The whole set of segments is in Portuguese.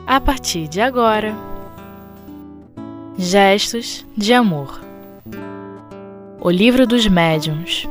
A partir de agora, Gestos de Amor. O Livro dos Médiuns.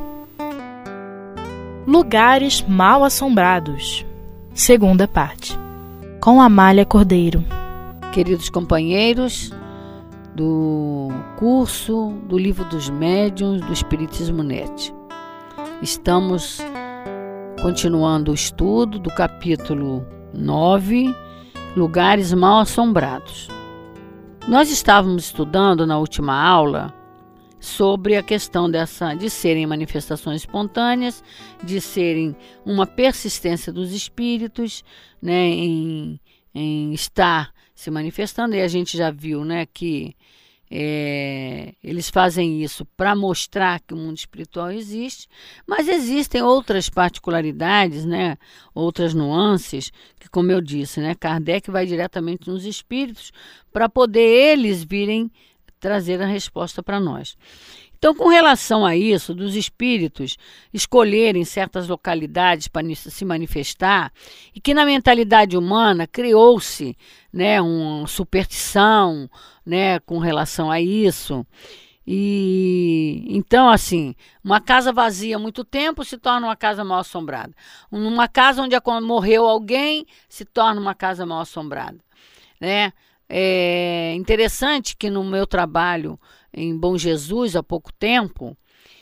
Lugares Mal Assombrados. Segunda parte. Com Amália Cordeiro. Queridos companheiros do curso do Livro dos Médiuns do Espiritismo Net, estamos continuando o estudo do capítulo 9, Lugares Mal Assombrados. Nós estávamos estudando na última aula sobre a questão de serem manifestações espontâneas, de serem uma persistência dos espíritos, né, em estar se manifestando, e a gente já viu, né, que eles fazem isso para mostrar que o mundo espiritual existe, mas existem outras particularidades, né, outras nuances, que, como eu disse, né, Kardec vai diretamente nos espíritos para poder eles virem trazer a resposta para nós. Então, com relação a isso, dos espíritos escolherem certas localidades para se manifestar, e que na mentalidade humana criou-se, né, uma superstição, né, com relação a isso. E então, assim, uma casa vazia há muito tempo se torna uma casa mal assombrada. Uma casa onde morreu alguém se torna uma casa mal assombrada, né? É interessante que no meu trabalho em Bom Jesus, há pouco tempo,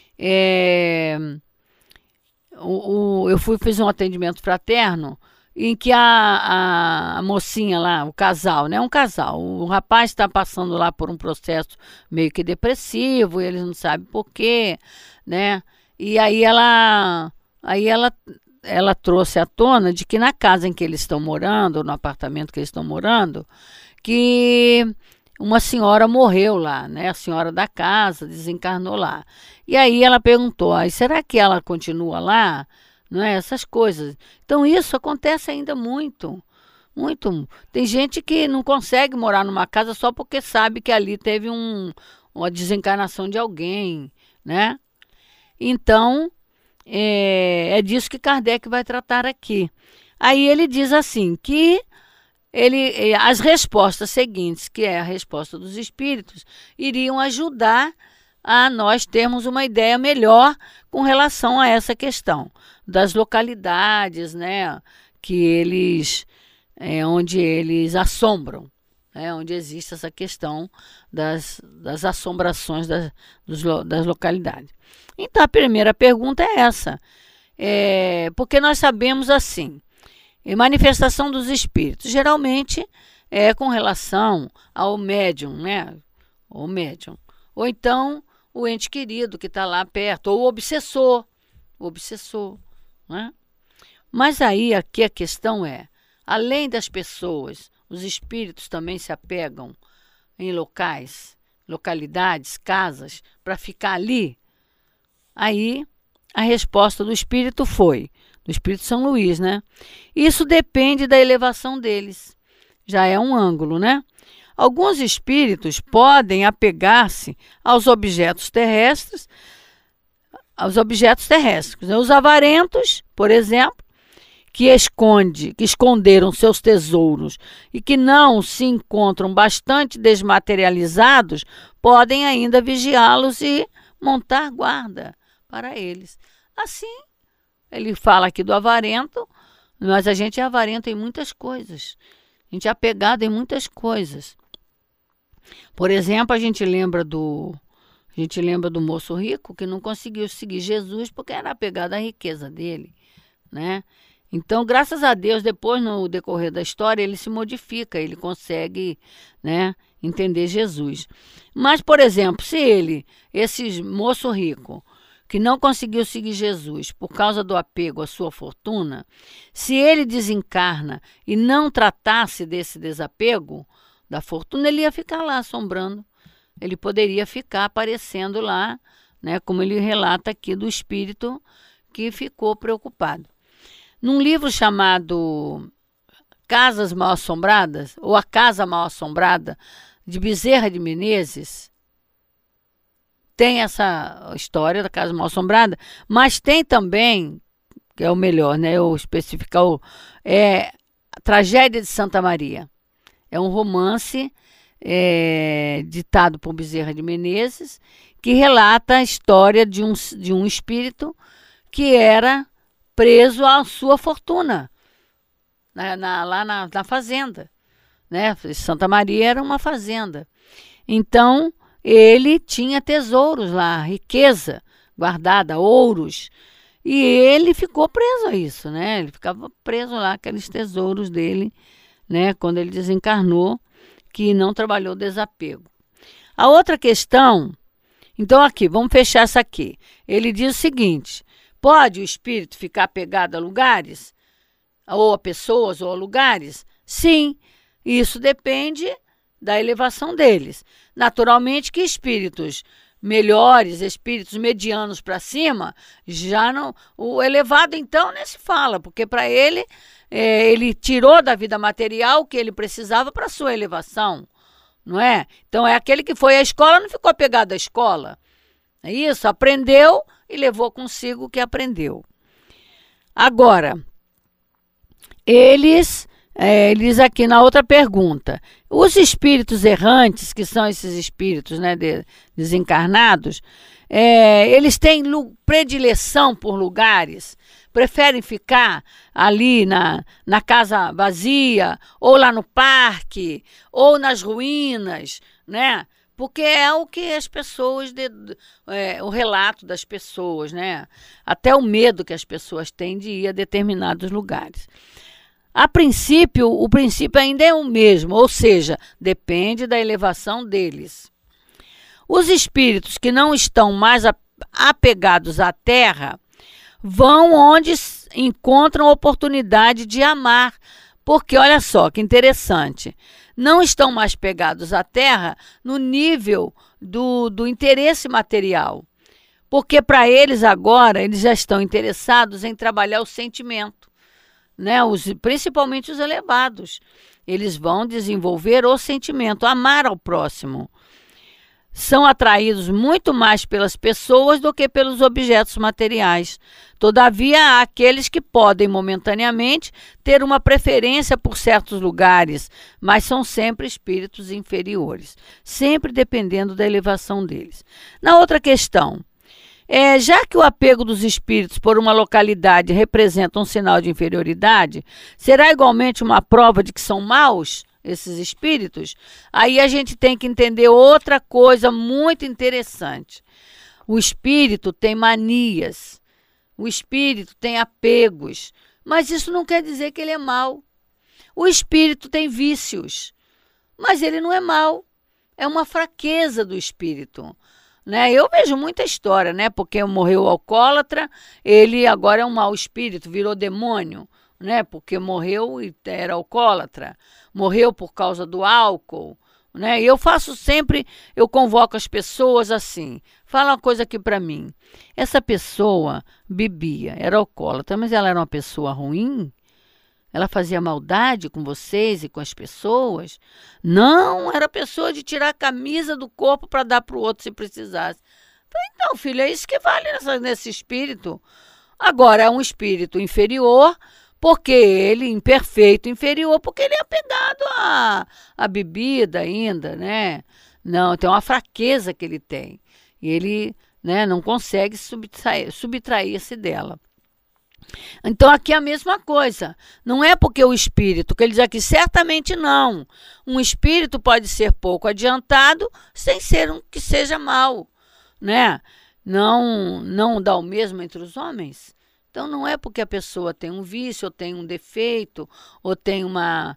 eu fiz um atendimento fraterno em que a mocinha lá, o casal, né? Um casal, o rapaz está passando lá por um processo meio que depressivo, e eles não sabem por quê, né? E aí ela trouxe à tona de que na casa em que eles estão morando, no apartamento que eles estão morando, que uma senhora morreu lá, né? A senhora da casa desencarnou lá. E aí ela perguntou, será que ela continua lá? Não é? Essas coisas. Então isso acontece ainda muito, muito. Tem gente que não consegue morar numa casa só porque sabe que ali teve uma desencarnação de alguém, né? Então, é disso que Kardec vai tratar aqui. Aí ele diz assim, que as respostas seguintes, que é a resposta dos espíritos, iriam ajudar a nós termos uma ideia melhor com relação a essa questão das localidades, né, que onde eles assombram, né, onde existe essa questão das assombrações das localidades. Então, a primeira pergunta é essa, porque nós sabemos assim, manifestação dos espíritos, geralmente é com relação ao médium, né? O médium. Ou então o ente querido que está lá perto, ou o obsessor, né? Mas aí aqui a questão é, além das pessoas, os espíritos também se apegam em localidades, casas, para ficar ali. Aí a resposta do espírito foi, do Espírito São Luís, né? Isso depende da elevação deles. Já é um ângulo, né? Alguns espíritos podem apegar-se aos objetos terrestres, né? Os avarentos, por exemplo, que esconderam seus tesouros e que não se encontram bastante desmaterializados, podem ainda vigiá-los e montar guarda para eles. Assim, ele fala aqui do avarento, mas a gente é avarento em muitas coisas. A gente é apegado em muitas coisas. Por exemplo, a gente lembra do moço rico que não conseguiu seguir Jesus porque era apegado à riqueza dele, né? Então, graças a Deus, depois, no decorrer da história, ele se modifica, ele consegue, né, entender Jesus. Mas, por exemplo, se esse moço rico, que não conseguiu seguir Jesus por causa do apego à sua fortuna, se ele desencarna e não tratasse desse desapego da fortuna, ele ia ficar lá assombrando. Ele poderia ficar aparecendo lá, né, como ele relata aqui do espírito que ficou preocupado. Num livro chamado Casas Mal Assombradas, ou A Casa Mal Assombrada, de Bezerra de Menezes, tem essa história da Casa Mal Assombrada, mas tem também, que é o melhor, né, eu especificar, a Tragédia de Santa Maria. É um romance ditado por Bezerra de Menezes, que relata a história de um espírito que era preso à sua fortuna, lá na fazenda. Né? Santa Maria era uma fazenda. Então, ele tinha tesouros lá, riqueza guardada, ouros. E ele ficou preso a isso, né? Ele ficava preso lá, aqueles tesouros dele, né? Quando ele desencarnou, que não trabalhou o desapego. A outra questão, então aqui, vamos fechar essa aqui. Ele diz o seguinte: pode o espírito ficar apegado a lugares? Ou a pessoas, ou a lugares? Sim, isso depende da elevação deles. Naturalmente que espíritos melhores, espíritos medianos para cima, já não. O elevado, então, nem se fala, porque para ele, ele tirou da vida material o que ele precisava para a sua elevação, não é? Então, é aquele que foi à escola, não ficou apegado à escola. É isso, aprendeu e levou consigo o que aprendeu. Agora, eles aqui na outra pergunta, os espíritos errantes, que são esses espíritos, né, desencarnados, eles têm predileção por lugares, preferem ficar ali na casa vazia, ou lá no parque, ou nas ruínas, né? Porque é o que as pessoas, o relato das pessoas, né? Até o medo que as pessoas têm de ir a determinados lugares. A princípio, o princípio ainda é o mesmo, ou seja, depende da elevação deles. Os espíritos que não estão mais apegados à terra vão onde encontram oportunidade de amar, porque olha só que interessante, não estão mais pegados à terra no nível do interesse material, porque para eles agora, eles já estão interessados em trabalhar o sentimento. Né, principalmente os elevados, eles vão desenvolver o sentimento, amar ao próximo. São atraídos muito mais pelas pessoas do que pelos objetos materiais. Todavia, há aqueles que podem momentaneamente ter uma preferência por certos lugares, mas são sempre espíritos inferiores, sempre dependendo da elevação deles. Na outra questão, já que o apego dos espíritos por uma localidade representa um sinal de inferioridade, será igualmente uma prova de que são maus esses espíritos? Aí a gente tem que entender outra coisa muito interessante. O espírito tem manias, o espírito tem apegos, mas isso não quer dizer que ele é mau. O espírito tem vícios, mas ele não é mau. É uma fraqueza do espírito. Né? Eu vejo muita história, né? Porque morreu o alcoólatra, ele agora é um mau espírito, virou demônio, né? Porque morreu e era alcoólatra, morreu por causa do álcool, né? E eu faço sempre, eu convoco as pessoas assim, fala uma coisa aqui para mim, essa pessoa bebia, era alcoólatra, mas ela era uma pessoa ruim? Ela fazia maldade com vocês e com as pessoas? Não, era pessoa de tirar a camisa do corpo para dar para o outro se precisasse. Falei, então, filho, é isso que vale nesse espírito. Agora, é um espírito inferior, porque ele, imperfeito, inferior, porque ele é apegado à bebida ainda, né? Não, tem uma fraqueza que ele tem. E ele, né, não consegue subtrair-se dela. Então aqui é a mesma coisa, não é porque o espírito, que ele diz aqui, certamente não, um espírito pode ser pouco adiantado sem ser um que seja mau, né? Não dá o mesmo entre os homens. Então não é porque a pessoa tem um vício, ou tem um defeito, ou tem uma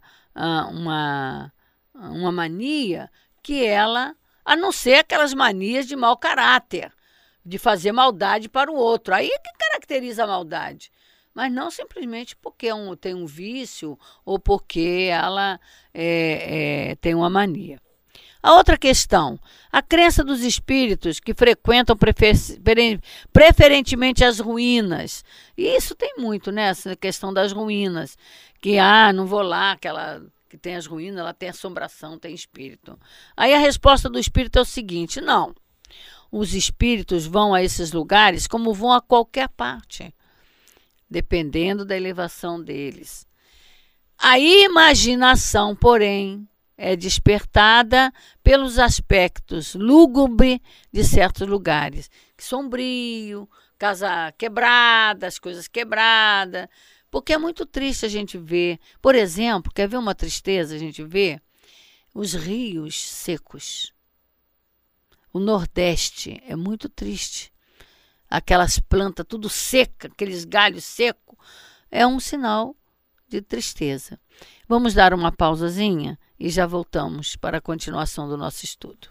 mania, que ela, a não ser aquelas manias de mau caráter, de fazer maldade para o outro, aí é que caracteriza a maldade. Mas não simplesmente porque tem um vício ou porque ela tem uma mania. A outra questão, a crença dos espíritos que frequentam preferentemente as ruínas. E isso tem muito, né? Essa questão das ruínas. Que, não vou lá, aquela que tem as ruínas, ela tem assombração, tem espírito. Aí a resposta do espírito é o seguinte, não. Os espíritos vão a esses lugares como vão a qualquer parte, dependendo da elevação deles. A imaginação, porém, é despertada pelos aspectos lúgubres de certos lugares. Sombrio, casa quebrada, as coisas quebradas. Porque é muito triste a gente ver. Por exemplo, quer ver uma tristeza a gente ver? Os rios secos. O Nordeste é muito triste. Aquelas plantas tudo seca, aqueles galhos secos, é um sinal de tristeza. Vamos dar uma pausazinha e já voltamos para a continuação do nosso estudo.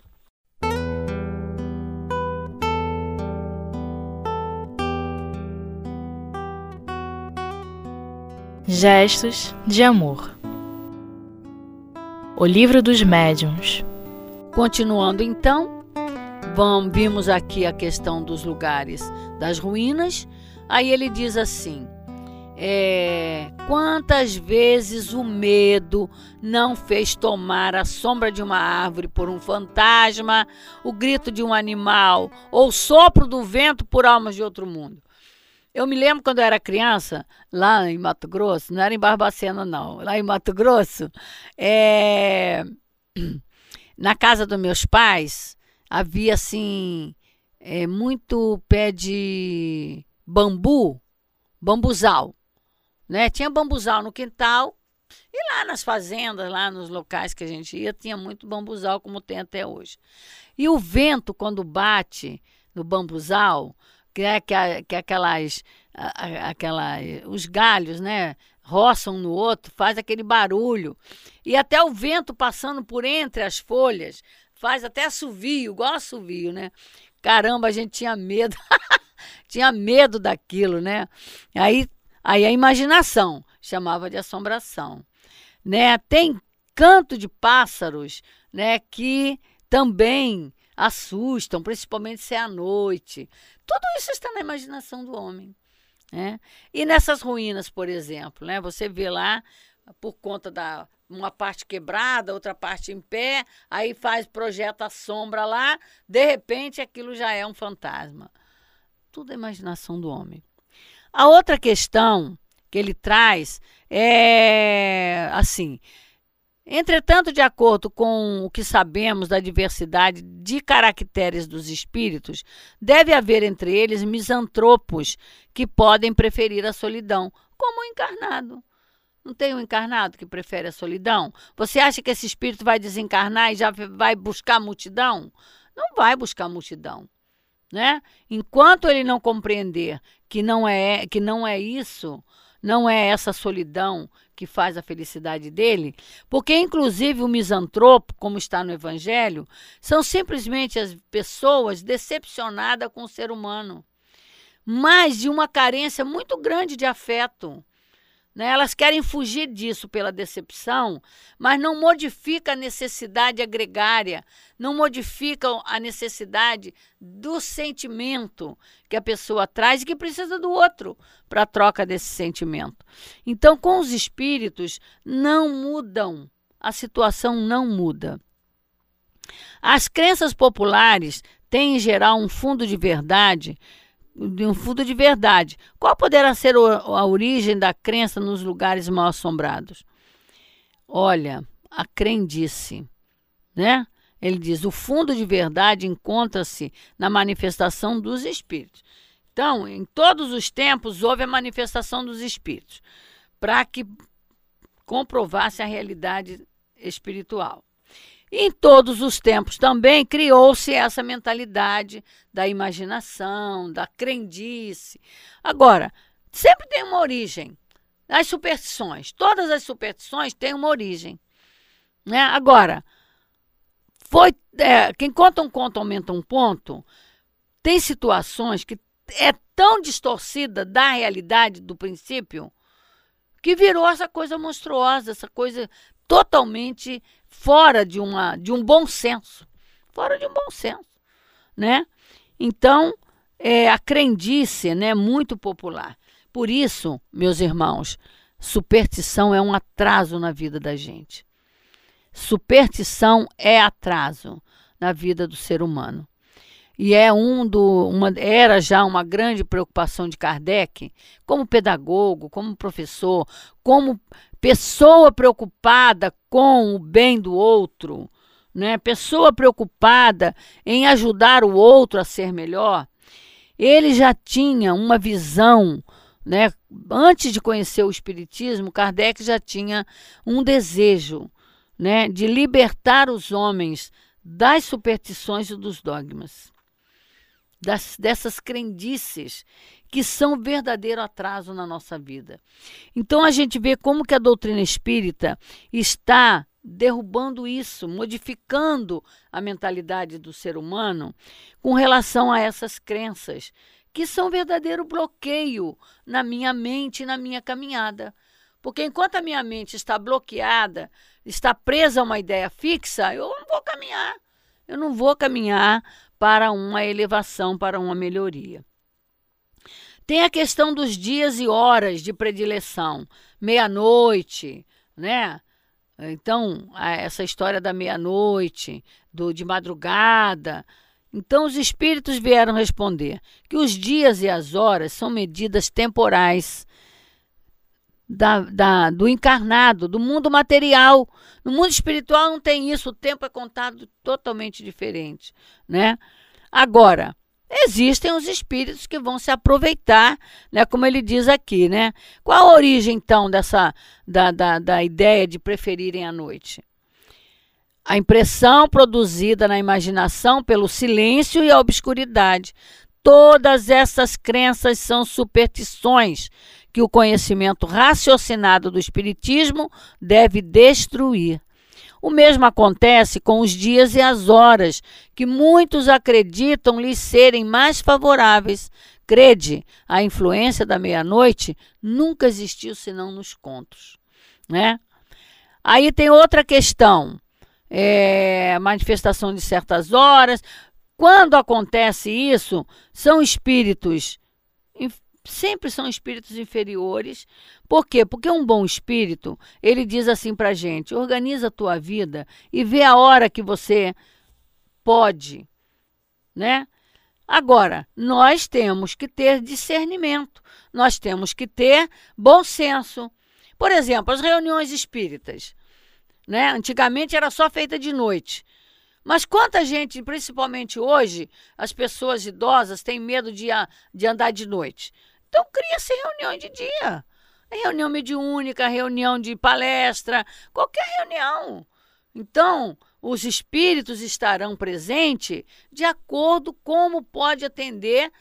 Gestos de amor. O livro dos médiuns. Continuando então, vimos aqui a questão dos lugares das ruínas. Aí ele diz assim, quantas vezes o medo não fez tomar a sombra de uma árvore por um fantasma, o grito de um animal ou o sopro do vento por almas de outro mundo. Eu me lembro quando eu era criança, lá em Mato Grosso, não era em Barbacena não, lá em Mato Grosso, na casa dos meus pais, havia assim, muito pé de bambuzal, né? Tinha bambuzal no quintal e lá nas fazendas, lá nos locais que a gente ia, tinha muito bambuzal como tem até hoje. E o vento, quando bate no bambuzal, os galhos, né, roçam no outro, faz aquele barulho. E até o vento passando por entre as folhas, faz até assovio, igual assovio, né? Caramba, a gente tinha medo, tinha medo daquilo, né? Aí a imaginação chamava de assombração, né? Tem canto de pássaros, né, que também assustam, principalmente se é à noite. Tudo isso está na imaginação do homem, né? E nessas ruínas, por exemplo, né, você vê lá, por conta da uma parte quebrada, outra parte em pé, aí projeta a sombra lá, de repente aquilo já é um fantasma. Tudo é imaginação do homem. A outra questão que ele traz é assim: entretanto, de acordo com o que sabemos da diversidade de caracteres dos espíritos, deve haver entre eles misantropos que podem preferir a solidão, como o encarnado. Não tem um encarnado que prefere a solidão? Você acha que esse espírito vai desencarnar e já vai buscar multidão? Não vai buscar multidão, né? Enquanto ele não compreender que não é isso, não é essa solidão que faz a felicidade dele, porque inclusive o misantropo, como está no Evangelho, são simplesmente as pessoas decepcionadas com o ser humano, mas de uma carência muito grande de afeto, né? Elas querem fugir disso pela decepção, mas não modifica a necessidade agregária, não modifica a necessidade do sentimento que a pessoa traz e que precisa do outro para a troca desse sentimento. Então, com os espíritos, não mudam, a situação não muda. As crenças populares têm, em geral, um fundo de verdade. Qual poderá ser a origem da crença nos lugares mal assombrados? Olha, a crendice, né? Ele diz, o fundo de verdade encontra-se na manifestação dos espíritos. Então, em todos os tempos, houve a manifestação dos espíritos, para que comprovasse a realidade espiritual. Em todos os tempos também criou-se essa mentalidade da imaginação, da crendice. Agora, sempre tem uma origem. As superstições, todas as superstições têm uma origem, né? Agora, quem conta um conto aumenta um ponto. Tem situações que é tão distorcida da realidade do princípio que virou essa coisa monstruosa, essa coisa totalmente fora de um bom senso, né? Então, a crendice, né, muito popular. Por isso, meus irmãos, superstição é um atraso na vida da gente. Superstição é atraso na vida do ser humano. e era já uma grande preocupação de Kardec, como pedagogo, como professor, como pessoa preocupada com o bem do outro, né? Pessoa preocupada em ajudar o outro a ser melhor. Ele já tinha uma visão, né? Antes de conhecer o Espiritismo, Kardec já tinha um desejo, né, de libertar os homens das superstições e dos dogmas, dessas crendices que são verdadeiro atraso na nossa vida. Então a gente vê como que a doutrina espírita está derrubando isso, modificando a mentalidade do ser humano com relação a essas crenças, que são verdadeiro bloqueio na minha mente e na minha caminhada. Porque enquanto a minha mente está bloqueada, está presa a uma ideia fixa, eu não vou caminhar. Eu não vou caminhar para uma elevação, para uma melhoria. Tem a questão dos dias e horas de predileção. Meia-noite, né? Então, essa história da meia-noite, de madrugada. Então, os espíritos vieram responder que os dias e as horas são medidas temporais do encarnado, do mundo material. No mundo espiritual não tem isso, o tempo é contado totalmente diferente, né? Agora, existem os espíritos que vão se aproveitar, né, como ele diz aqui, né? Qual a origem, então, da ideia de preferirem a noite? A impressão produzida na imaginação pelo silêncio e a obscuridade. Todas essas crenças são superstições que o conhecimento raciocinado do Espiritismo deve destruir. O mesmo acontece com os dias e as horas, que muitos acreditam lhes serem mais favoráveis. Crede, a influência da meia-noite nunca existiu senão nos contos, né? Aí tem outra questão, manifestação de certas horas. Quando acontece isso, são espíritos, sempre são espíritos inferiores. Por quê? Porque um bom espírito, ele diz assim para a gente: organiza a tua vida e vê a hora que você pode, né? Agora, nós temos que ter discernimento, nós temos que ter bom senso. Por exemplo, as reuniões espíritas, né? Antigamente era só feita de noite. Mas quanta gente, principalmente hoje, as pessoas idosas têm medo de andar de noite. Então cria-se reunião de dia. Reunião mediúnica, reunião de palestra, qualquer reunião. Então, os espíritos estarão presentes de acordo com como pode atender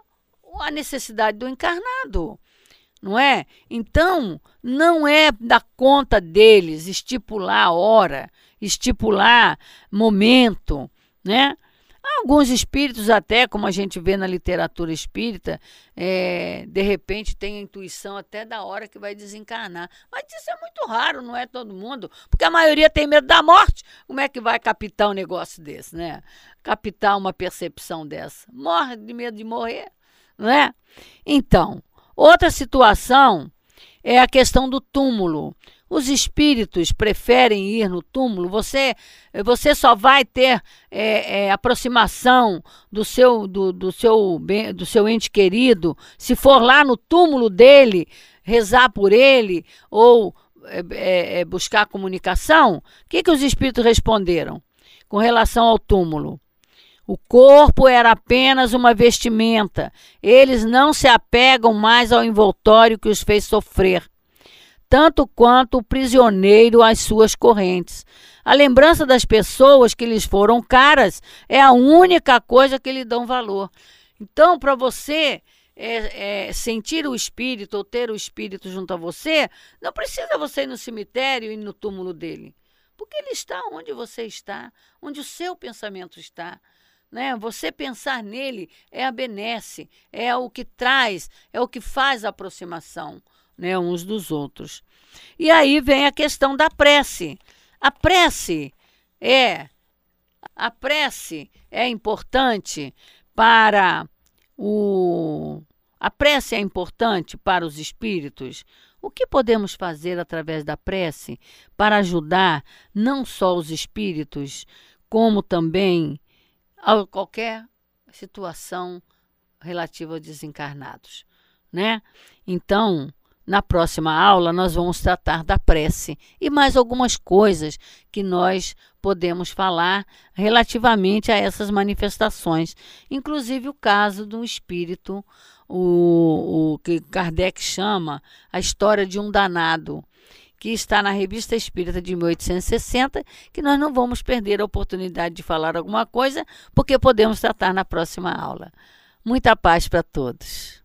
a necessidade do encarnado, não é? Então, não é da conta deles estipular a hora, estipular momento, né? Alguns espíritos até, como a gente vê na literatura espírita, de repente tem a intuição até da hora que vai desencarnar. Mas isso é muito raro, não é todo mundo, porque a maioria tem medo da morte. Como é que vai captar um negócio desse, né? Captar uma percepção dessa? Morre de medo de morrer, não é? Então, outra situação é a questão do túmulo. Os espíritos preferem ir no túmulo. Você só vai ter aproximação do seu ente querido se for lá no túmulo dele, rezar por ele ou buscar comunicação. O que os espíritos responderam com relação ao túmulo? O corpo era apenas uma vestimenta. Eles não se apegam mais ao envoltório que os fez sofrer, tanto quanto o prisioneiro às suas correntes. A lembrança das pessoas que lhes foram caras é a única coisa que lhe dão valor. Então, para você sentir o espírito ou ter o espírito junto a você, não precisa você ir no cemitério e no túmulo dele, porque ele está onde você está, onde o seu pensamento está, né? Você pensar nele é a benesse, é o que traz, é o que faz a aproximação, né, uns dos outros. E aí vem a questão da prece. A prece é importante para a prece é importante para os espíritos. O que podemos fazer através da prece para ajudar não só os espíritos, como também a qualquer situação relativa aos desencarnados, né? Então, na próxima aula, nós vamos tratar da prece e mais algumas coisas que nós podemos falar relativamente a essas manifestações, inclusive o caso do espírito, o que Kardec chama a história de um danado, que está na Revista Espírita de 1860, que nós não vamos perder a oportunidade de falar alguma coisa, porque podemos tratar na próxima aula. Muita paz para todos.